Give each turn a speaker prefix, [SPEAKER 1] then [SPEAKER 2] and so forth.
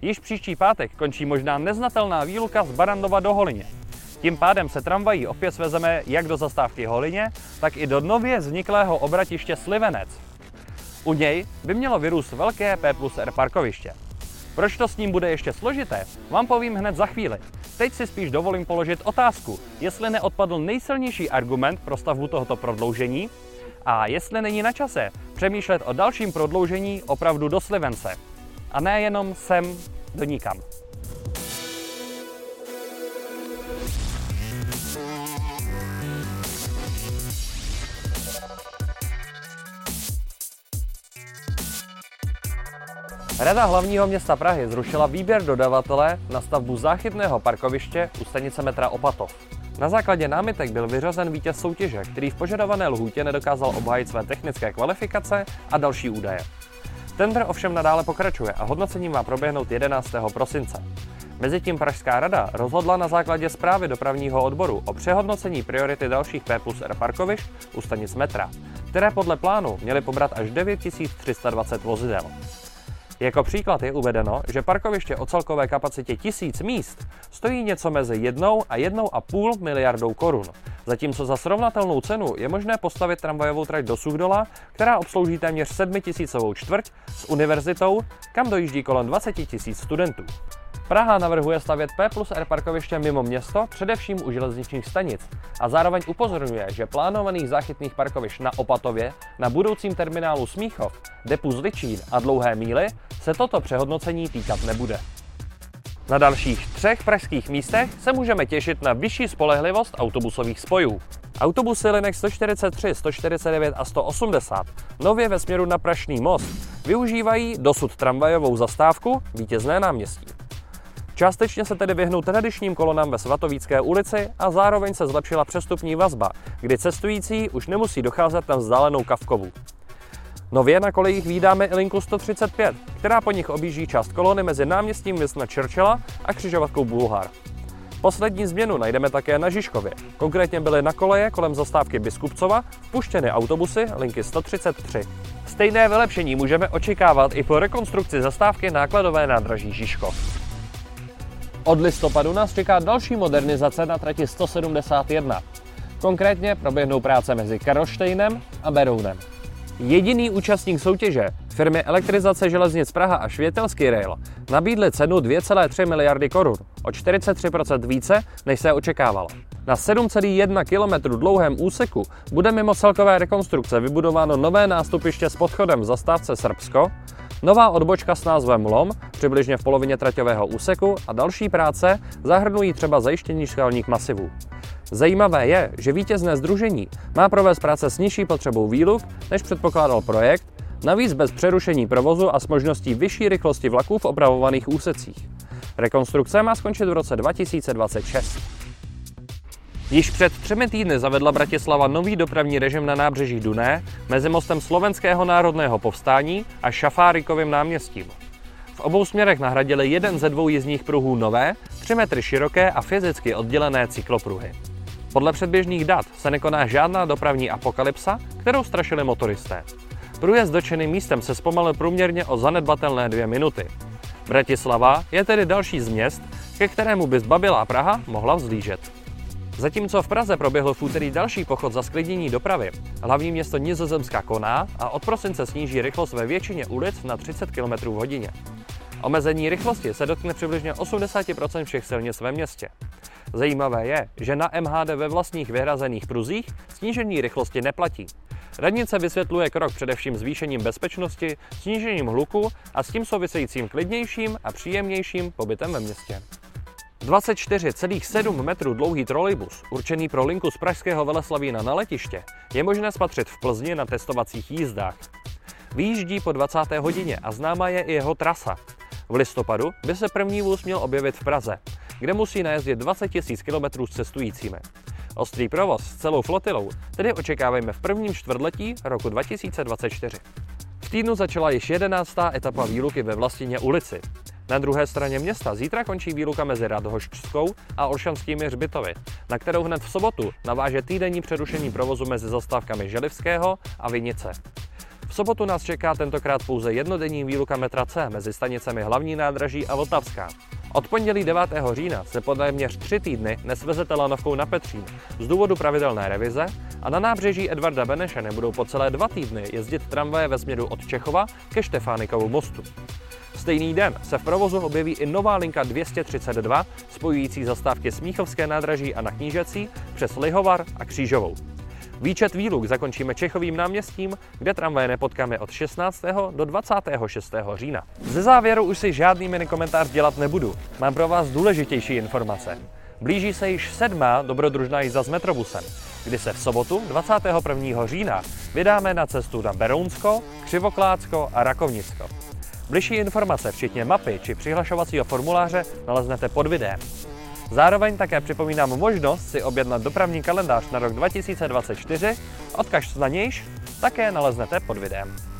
[SPEAKER 1] Již příští pátek končí možná neznatelná výluka z Barrandova do Holyně. Tím pádem se tramvají opět svezeme jak do zastávky Holyně, tak i do nově vzniklého obratiště Slivenec. U něj by mělo vyrůst velké P+R parkoviště. Proč to s ním bude ještě složité, vám povím hned za chvíli. Teď si spíš dovolím položit otázku, jestli neodpadl nejsilnější argument pro stavbu tohoto prodloužení a jestli není na čase přemýšlet o dalším prodloužení opravdu do Slivence. A nejenom sem do nikam. Rada hlavního města Prahy zrušila výběr dodavatele na stavbu záchytného parkoviště u stanice metra Opatov. Na základě námitek byl vyřazen vítěz soutěže, který v požadované lhůtě nedokázal obhájit své technické kvalifikace a další údaje. Tendr ovšem nadále pokračuje a hodnocení má proběhnout 11. prosince. Mezitím Pražská rada rozhodla na základě zprávy dopravního odboru o přehodnocení priority dalších P+R parkovišť u stanic metra, které podle plánu měly pobrat až 9320 vozidel. Jako příklad je uvedeno, že parkoviště o celkové kapacitě 1000 míst stojí něco mezi 1 a 1,5 miliardou korun, zatímco za srovnatelnou cenu je možné postavit tramvajovou trať do Suchdola, která obslouží téměř 7000 čtvrť s univerzitou, kam dojíždí kolem 20 000 studentů. Praha navrhuje stavět P+R parkoviště mimo město, především u železničních stanic, a zároveň upozorňuje, že plánovaných záchytných parkovišť na Opatově, na budoucím terminálu Smíchov, depu Zličín a Dlouhé Míly se toto přehodnocení týkat nebude. Na dalších 3 pražských místech se můžeme těšit na vyšší spolehlivost autobusových spojů. Autobusy linek 143, 149 a 180 nově ve směru na Prašný most využívají dosud tramvajovou zastávku Vítězné náměstí. Částečně se tedy vyhnou tradičním kolonám ve Svatovícké ulici a zároveň se zlepšila přestupní vazba, kdy cestující už nemusí docházet na vzdálenou Kavkovu. Nově na kolejích vídáme i linku 135, která po nich objíždí část kolony mezi náměstím Winstona Churchilla a křižovatkou Bulhar. Poslední změnu najdeme také na Žižkově. Konkrétně byly na koleje kolem zastávky Biskupcova vpuštěny autobusy linky 133. Stejné vylepšení můžeme očekávat i po rekonstrukci zastávky nákladové nádraží Žižkov. Od listopadu nás čeká další modernizace na trati 171. Konkrétně proběhnou práce mezi Karlštejnem a Berounem. Jediný účastník soutěže, firmy Elektrizace železnic Praha a Švětelský rail, nabídly cenu 2,3 miliardy korun, o 43% více, než se očekávalo. Na 7,1 km dlouhém úseku bude mimo celkové rekonstrukce vybudováno nové nástupiště s podchodem v zastávce Srbsko, nová odbočka s názvem Lom, přibližně v polovině traťového úseku, a další práce zahrnují třeba zajištění skalních masivů. Zajímavé je, že vítězné sdružení má provést práce s nižší potřebou výluk, než předpokládal projekt, navíc bez přerušení provozu a s možností vyšší rychlosti vlaků v opravovaných úsecích. Rekonstrukce má skončit v roce 2026. Již před 3 týdny zavedla Bratislava nový dopravní režim na nábřeží Duné mezi mostem Slovenského národného povstání a Šafárikovým náměstím. V obou směrech nahradili jeden ze 2 jízdních pruhů nové, 3 metry široké a fyzicky oddělené cyklopruhy. Podle předběžných dat se nekoná žádná dopravní apokalypsa, kterou strašili motoristé. Průjezd dotčeným místem se zpomalil průměrně o zanedbatelné 2 minuty. Bratislava je tedy další z měst, ke kterému by zbabělá Praha mohla vzlížet. Zatímco v Praze proběhl v úterý další pochod za zklidnění dopravy, hlavní město Nizozemska koná a od prosince sníží rychlost ve většině ulic na 30 km/h. Omezení rychlosti se dotkne přibližně 80% všech silnic ve městě. Zajímavé je, že na MHD ve vlastních vyhrazených pruzích snížení rychlosti neplatí. Radnice vysvětluje krok především zvýšením bezpečnosti, snížením hluku a s tím souvisejícím klidnějším a příjemnějším pobytem ve městě. 24,7 metrů dlouhý trolejbus, určený pro linku z pražského Veleslavína na letiště, je možné spatřit v Plzni na testovacích jízdách. Vyjíždí po 20. hodině a známá je i jeho trasa. V listopadu by se první vůz měl objevit v Praze, kde musí najezdit 20 000 km s cestujícími. Ostrý provoz s celou flotilou tedy očekávejme v prvním čtvrtletí roku 2024. V týdnu začala již 11. etapa výluky ve Vlastině ulici. Na druhé straně města zítra končí výluka mezi Radhošťskou a Olšanskými hřbitovy, na kterou hned v sobotu naváže týdenní přerušení provozu mezi zastávkami Želivského a Vinice. V V sobotu nás čeká tentokrát pouze jednodenní výluka metra C mezi stanicemi Hlavní nádraží a Vltavská. Od pondělí 9. října se po téměř 3 týdny nesvezete lanovkou na Petřín z důvodu pravidelné revize a na nábřeží Edvarda Beneše nebudou po celé 2 týdny jezdit tramvaje ve směru od Čechova ke Štefánikovu mostu. Stejný den se v provozu objeví i nová linka 232 spojující zastávky Smíchovské nádraží a Na Knížecí přes Lihovar a Křížovou. Výčet výluk zakončíme Čechovým náměstím, kde tramvaje nepotkáme od 16. do 26. října. Ze závěru už si žádný minikomentář dělat nebudu. Mám pro vás důležitější informace. Blíží se již 7. dobrodružná jízda s metrobusem, kdy se v sobotu 21. října vydáme na cestu na Berounsko, Křivoklátsko a Rakovnicko. Bližší informace, včetně mapy či přihlašovacího formuláře, naleznete pod videem. Zároveň také připomínám možnost si objednat dopravní kalendář na rok 2024, odkaz na nějž také naleznete pod videem.